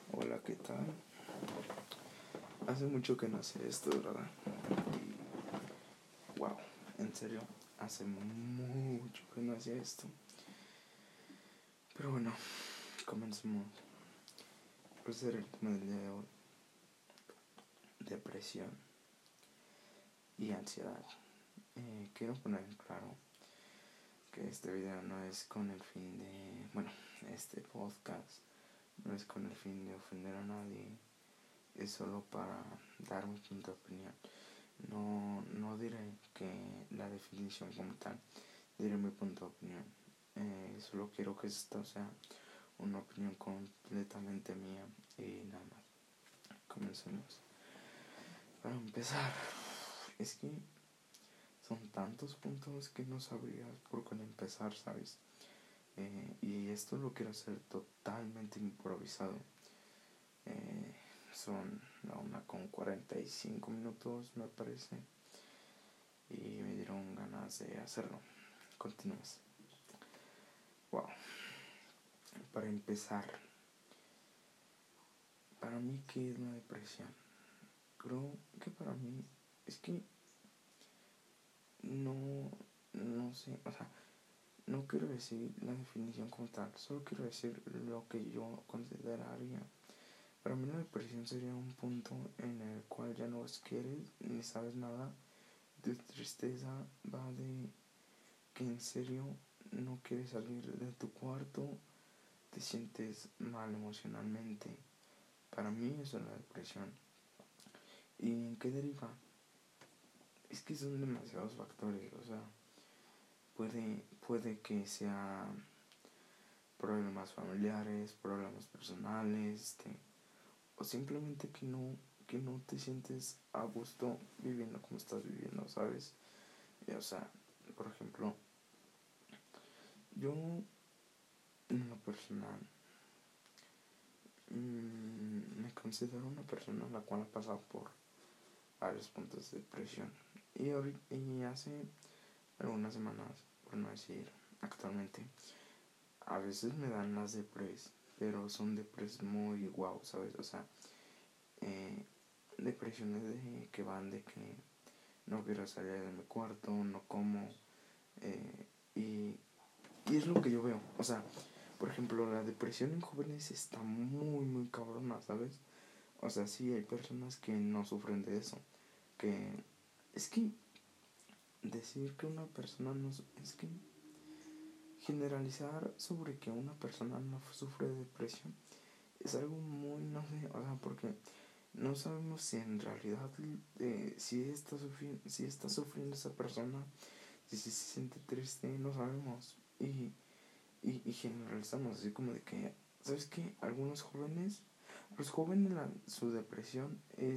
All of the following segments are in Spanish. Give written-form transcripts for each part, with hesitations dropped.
Hola, ¿qué tal? Hace mucho que no hacía esto, ¿verdad? Y wow, en serio, hace mucho que no hacía esto. Pero bueno, comencemos. Por ser el tema del día de hoy: depresión y ansiedad. Quiero poner en claro que este video no es con el fin de... Bueno, este podcast no es con el fin de ofender a nadie. Es solo para dar mi punto de opinión. No diré que la definición como tal, diré mi punto de opinión. Solo quiero que esto sea una opinión completamente mía y nada más. Comencemos. Para empezar, es que son tantos puntos que no sabría por cuál empezar, ¿sabes? Y esto lo quiero hacer totalmente improvisado. Son la 1:45 me parece, y me dieron ganas de hacerlo. Continuemos. Wow. Para empezar, para mí, ¿qué es la depresión? Creo que para mí es que no sé, o sea, no quiero decir la definición como tal, solo quiero decir lo que yo consideraría. Para mí la depresión sería un punto en el cual ya no quieres ni sabes nada. Tu tristeza va de que en serio no quieres salir de tu cuarto, te sientes mal emocionalmente. Para mí eso es la depresión. ¿Y en qué deriva? Es que son demasiados factores, o sea, puede que sea problemas familiares, problemas personales, o simplemente que no te sientes a gusto viviendo como estás viviendo, ¿sabes? O sea, por ejemplo, yo en lo personal me considero una persona la cual ha pasado por varios puntos de depresión. Y hace algunas semanas, por no decir actualmente, a veces me dan las depres, pero son depres muy guau, ¿sabes? O sea, depresiones que van de que no quiero salir de mi cuarto, no como, y es lo que yo veo. O sea, por ejemplo, la depresión en jóvenes está muy cabrona, ¿sabes? O sea, sí hay personas que no sufren de eso, que es que decir que una persona no, es que generalizar sobre que una persona no sufre de depresión es algo muy, no sé, o sea, porque no sabemos si en realidad si está sufriendo esa persona, si se siente triste, no sabemos. Y generalizamos así como de que, ¿sabes qué? Los jóvenes, su depresión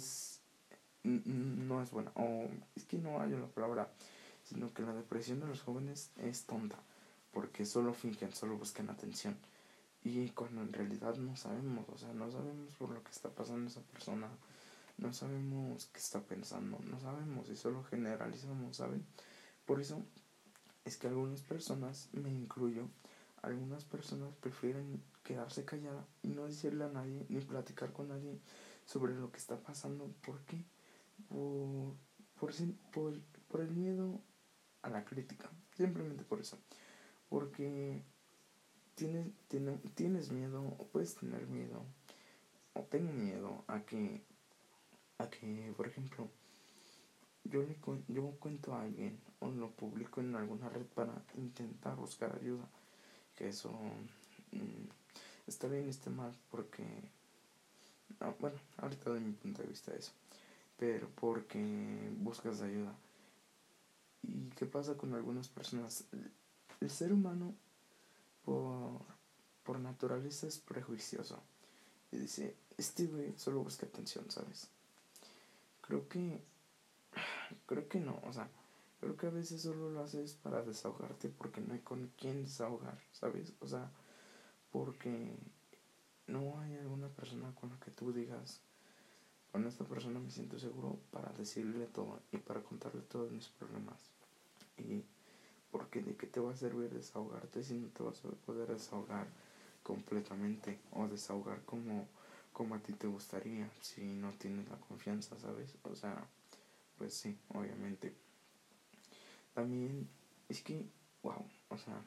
no es buena, o es que no hay una palabra, sino que la depresión de los jóvenes es tonta, porque solo fingen, solo buscan atención. Y cuando en realidad no sabemos, o sea, no sabemos por lo que está pasando esa persona, no sabemos qué está pensando, no sabemos y solo generalizamos, ¿saben? Por eso es que algunas personas, me incluyo, algunas personas prefieren quedarse callada y no decirle a nadie ni platicar con nadie sobre lo que está pasando. ¿Por qué? Por, por, por el miedo a la crítica, simplemente por eso. Porque tienes miedo, o puedes tener miedo, o tengo miedo a que, por ejemplo, yo cuento a alguien o lo publico en alguna red para intentar buscar ayuda. Que eso está bien y está mal, porque bueno, ahorita doy mi punto de vista de eso, pero porque buscas ayuda. ¿Y qué pasa con algunas personas? El ser humano por, por naturaleza es prejuicioso y dice, este güey solo busca atención, ¿sabes? Creo que creo que no, o sea, creo que a veces solo lo haces para desahogarte porque no hay con quién desahogar, ¿sabes? O sea, porque no hay alguna persona con la que tú digas, con esta persona me siento seguro para decirle todo y para contarle todos mis problemas. Y porque de qué te va a servir desahogarte si no te vas a poder desahogar completamente, o desahogar como como a ti te gustaría si no tienes la confianza, ¿sabes? O sea, pues sí, obviamente. También es que, wow, o sea,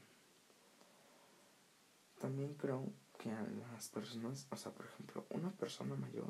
también creo que a las personas, o sea, por ejemplo, una persona mayor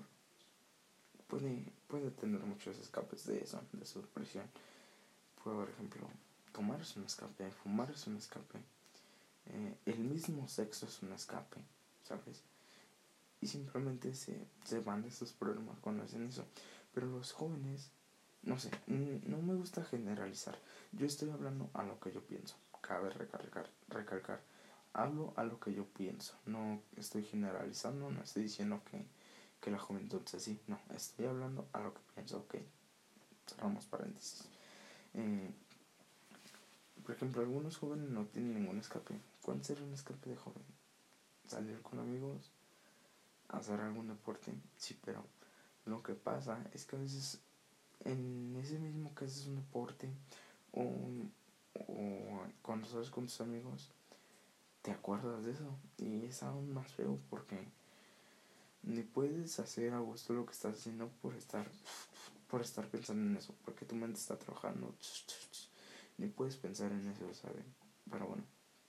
puede tener muchos escapes de eso, de su depresión. Puede, por ejemplo, tomar es un escape, fumar es un escape, el mismo sexo es un escape, ¿sabes? Y simplemente se van de esos problemas cuando hacen eso. Pero los jóvenes, no sé, no me gusta generalizar. Yo estoy hablando a lo que yo pienso. Cabe recalcar. Hablo a lo que yo pienso. No estoy generalizando, no estoy diciendo que la juventud es así. No, estoy hablando a lo que pienso. Ok, cerramos paréntesis. Eh, por ejemplo, algunos jóvenes no tienen ningún escape. ¿Cuál sería un escape de joven? Salir con amigos, hacer algún deporte. Sí, pero lo que pasa es que a veces en ese mismo que haces un deporte o, o cuando sales con tus amigos te acuerdas de eso y es aún más feo porque ni puedes hacer a gusto lo que estás haciendo por estar pensando en eso, porque tu mente está trabajando, ni puedes pensar en eso, ¿saben? Pero bueno,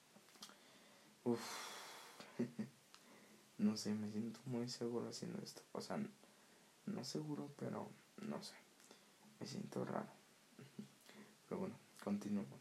no sé, me siento muy seguro haciendo esto, o sea, no seguro, pero no sé, me siento raro. Pero bueno, continuemos.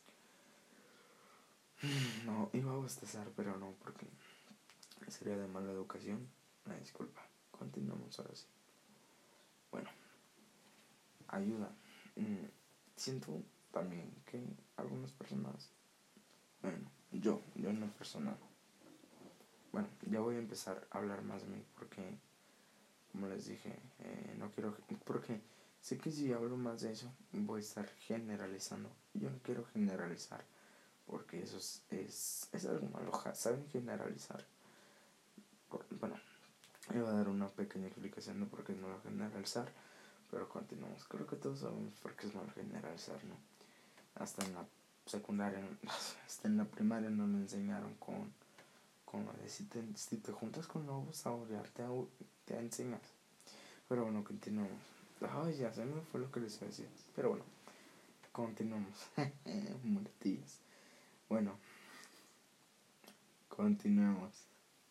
No, iba a bostezar, pero no, porque sería de mala educación. Una disculpa. Continuamos ahora sí. Bueno, ayuda. Siento también que algunas personas, bueno, yo en lo personal, bueno, ya voy a empezar a hablar más de mí porque, como les dije, no quiero, porque sé que si hablo más de eso voy a estar generalizando. Yo no quiero generalizar porque eso es algo malo. ¿Saben generalizar? Bueno, iba a dar una pequeña explicación de por qué es malo generalizar, pero continuamos. Creo que todos sabemos por qué es malo generalizar, ¿no? Hasta en la secundaria, hasta en la primaria no me enseñaron con lo de si te juntas con lobos a orear, te enseñas. Pero bueno, continuamos. Ay, ya se me fue lo que les iba a decir. Pero bueno, continuamos. Muertillas. Bueno, continuemos.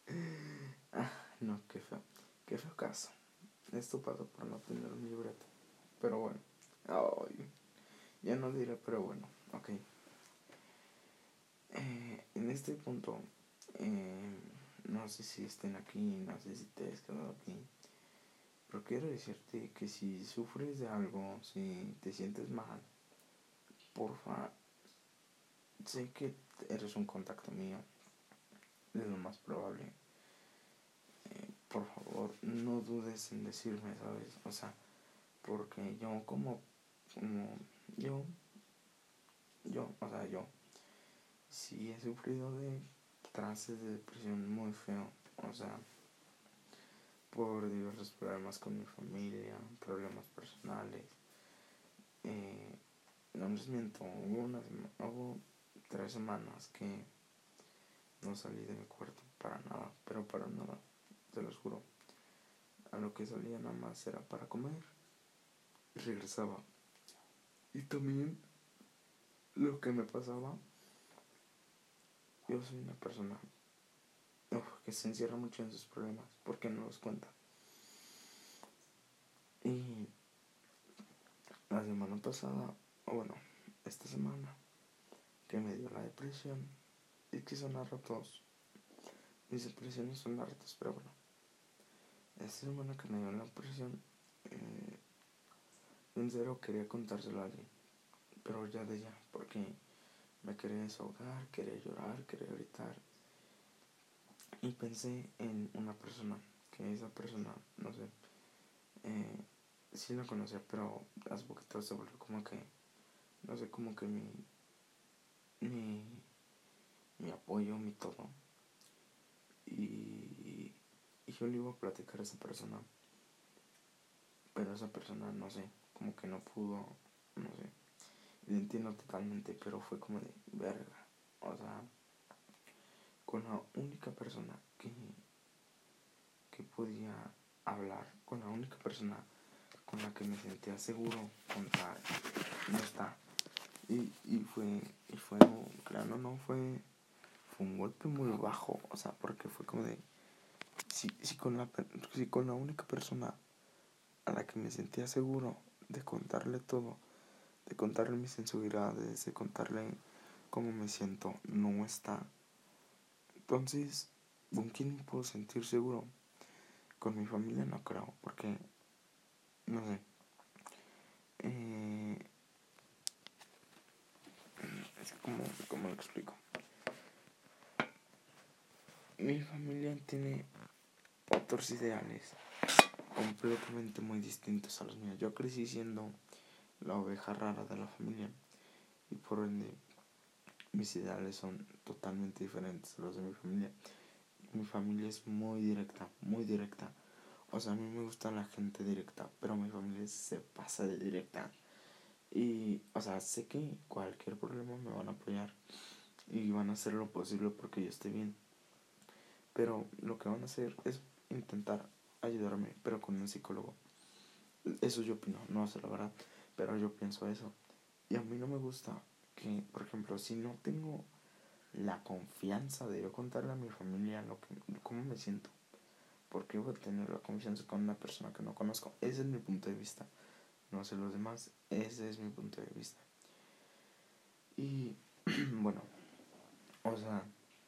No, qué feo. Qué feo caso. Esto pasó por no tener mi libreta. Pero bueno. Ay, ya no diré, pero bueno. Ok. En este punto, no sé si estén aquí, no sé si te has quedado aquí. Pero quiero decirte que si sufres de algo, si te sientes mal, porfa, sé que eres un contacto mío, es lo más probable. Por favor, no dudes en decirme, ¿sabes? O sea, porque yo yo, yo, sí he sufrido de trances de depresión muy feo, o sea, por diversos problemas con mi familia, problemas personales. No les miento, hubo 3 semanas que no salí de mi cuarto para nada, pero para nada, te lo juro. A lo que salía nada más era para comer y regresaba. Y también lo que me pasaba, yo soy una persona que se encierra mucho en sus problemas porque no los cuenta. Y la semana pasada, o bueno, esta semana, que me dio la depresión, y que son ratos, mis depresiones son ratos, pero bueno, esta semana que me dio la depresión, en serio quería contárselo a alguien, pero ya de ya, porque me quería desahogar, quería llorar, quería gritar, y pensé en una persona, que esa persona, no sé, sí la conocía, pero hace poquito se volvió como que, no sé, como que mi, mi apoyo, mi todo. Y yo le iba a platicar a esa persona, pero esa persona, no sé, como que no pudo, no sé. Y lo entiendo totalmente, pero fue como de verga. O sea, con la única persona que que podía hablar con la única persona con la que me sentía seguro contar no está. Y fue, claro, no fue un golpe muy bajo, o sea, porque fue como de, si con la única persona a la que me sentía seguro de contarle todo, de contarle mis inseguridades, de contarle cómo me siento, no está, entonces, ¿con quién me puedo sentir seguro? Con mi familia no creo, porque, no sé, es como lo explico. Mi familia tiene otros ideales completamente muy distintos a los míos. Yo crecí siendo la oveja rara de la familia y por ende mis ideales son totalmente diferentes a los de mi familia. Mi familia es muy directa, muy directa. O sea, a mí me gusta la gente directa, pero mi familia se pasa de directa. Y, o sea, sé que cualquier problema me van a apoyar y van a hacer lo posible porque yo esté bien. Pero lo que van a hacer es intentar ayudarme, pero con un psicólogo. Eso yo opino, no sé la verdad, pero yo pienso eso. Y a mí no me gusta que, por ejemplo, si no tengo la confianza de yo contarle a mi familia cómo me siento, ¿por qué voy a tener la confianza con una persona que no conozco? Ese es mi punto de vista. No sé los demás, ese es mi punto de vista. Y bueno, o sea,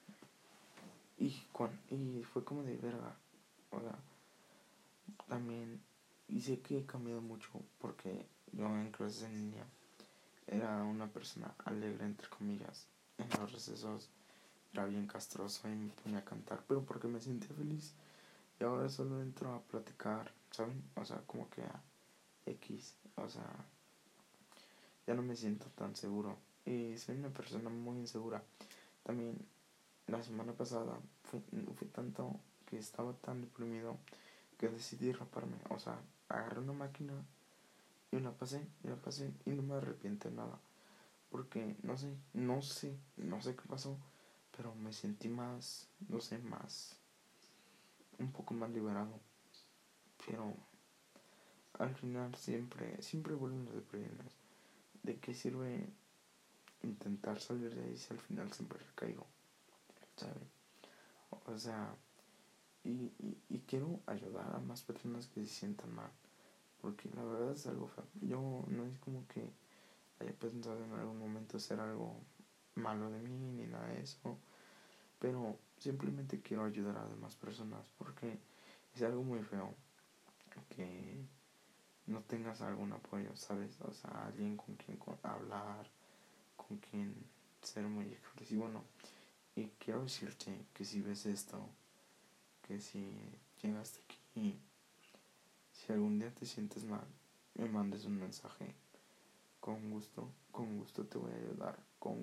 y fue como de verga. O sea, también, y sé que he cambiado mucho porque yo en clases en línea era una persona alegre, entre comillas. En los recesos era bien castroso y me ponía a cantar, pero porque me sentía feliz. Y ahora solo entro a platicar, ¿saben? O sea, como que a X, o sea, ya no me siento tan seguro. Y soy una persona muy insegura. También la semana pasada fui tanto que estaba tan deprimido que decidí raparme. O sea, agarré una máquina y la pasé y no me arrepiento de nada. Porque no sé qué pasó, pero me sentí más, no sé, un poco más liberado. Pero al final siempre vuelven las depresiones. ¿De qué sirve intentar salir de ahí si al final siempre recaigo? ¿Sabes? O sea, y quiero ayudar a más personas que se sientan mal, porque la verdad es algo feo. Yo no es como que haya pensado en algún momento hacer algo malo de mí ni nada de eso, pero simplemente quiero ayudar a demás personas, porque es algo muy feo que no tengas algún apoyo, ¿sabes? O sea, alguien con quien hablar, con quien ser muy expresivo, ¿no? Y quiero decirte que si ves esto, que si llegaste aquí, si algún día te sientes mal, me mandes un mensaje. Con gusto te voy a ayudar.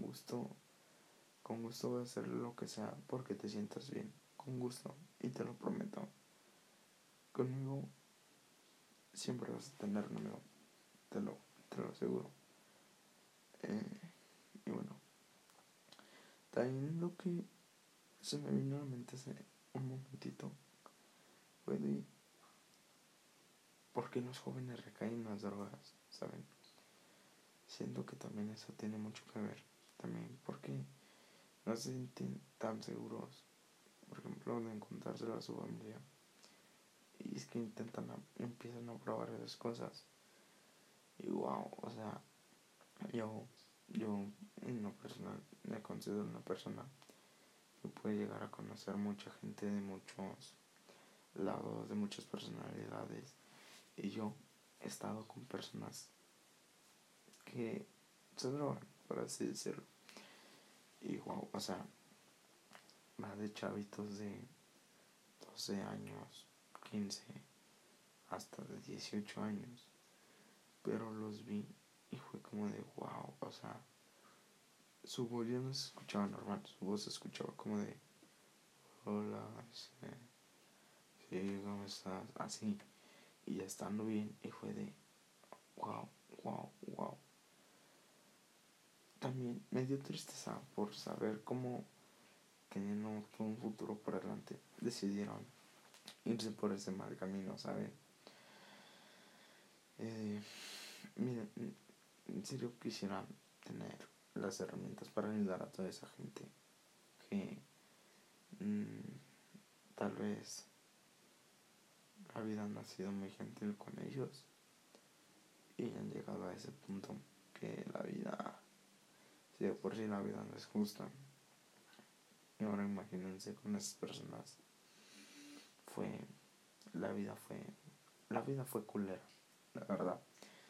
Con gusto voy a hacer lo que sea porque te sientas bien. Con gusto, y te lo prometo. Conmigo siempre vas a tener un amigo, te lo aseguro. Y bueno, también lo que se me vino a la mente hace un momentito fue de por qué los jóvenes recaen en las drogas, ¿saben? Siento que también eso tiene mucho que ver. También porque no se sienten tan seguros, por ejemplo, de encontrárselo a su familia. Y es que empiezan a probar esas cosas. Y wow, o sea, yo en lo personal me considero una persona que puede llegar a conocer mucha gente de muchos lados, de muchas personalidades. Y yo he estado con personas que se drogan, por así decirlo. Y wow, o sea, va de chavitos de 12 años, 15, hasta de 18 años. Pero los vi y fue como de wow, o sea, su voz ya no se escuchaba normal, su voz se escuchaba como de hola, sí, ¿cómo estás? Así, y ya estando bien, y fue de wow, wow, wow. También me dio tristeza por saber cómo, teniendo todo un futuro por delante, decidieron irse por ese mal camino, ¿saben? Miren, en serio quisiera tener las herramientas para ayudar a toda esa gente que tal vez la vida no ha sido muy gentil con ellos y han llegado a ese punto que la vida, si de por sí la vida no es justa, y ahora imagínense con esas personas, fue, la vida fue, la vida fue culera, la verdad.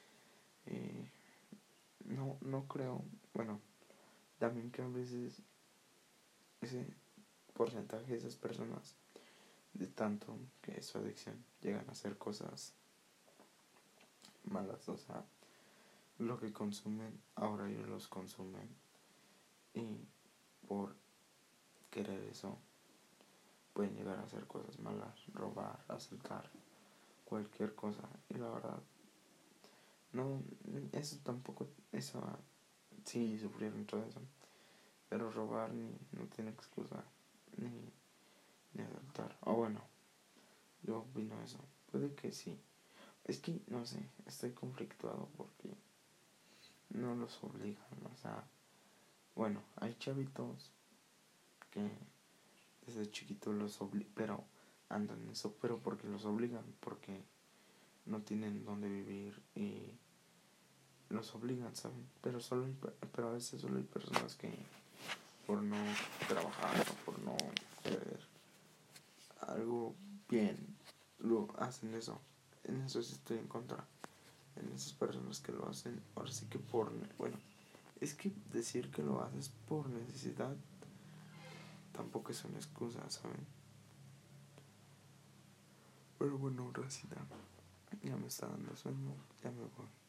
No creo, bueno, también que a veces ese porcentaje de esas personas, de tanto que su adicción, llegan a hacer cosas malas, o sea, lo que consumen, ahora ellos los consumen y por querer eso pueden llegar a hacer cosas malas, robar, asaltar, cualquier cosa. Y la verdad, no, eso tampoco, eso sí sufrieron todo eso, pero robar no tiene excusa, ni asaltar. O bueno, yo opino eso, puede que sí. Es que, no sé, estoy conflictuado porque no los obligan, o sea, bueno, hay chavitos que desde chiquitos los obligan, pero andan en eso, pero porque los obligan, porque no tienen dónde vivir y los obligan, ¿saben? Pero a veces solo hay personas que por no trabajar o por no querer algo bien, lo hacen eso. En eso sí estoy en contra. En esas personas que lo hacen, ahora sí que bueno, es que decir que lo haces por necesidad tampoco es una excusa, ¿saben? Pero bueno, racita, ya me está dando sueño, ya me voy.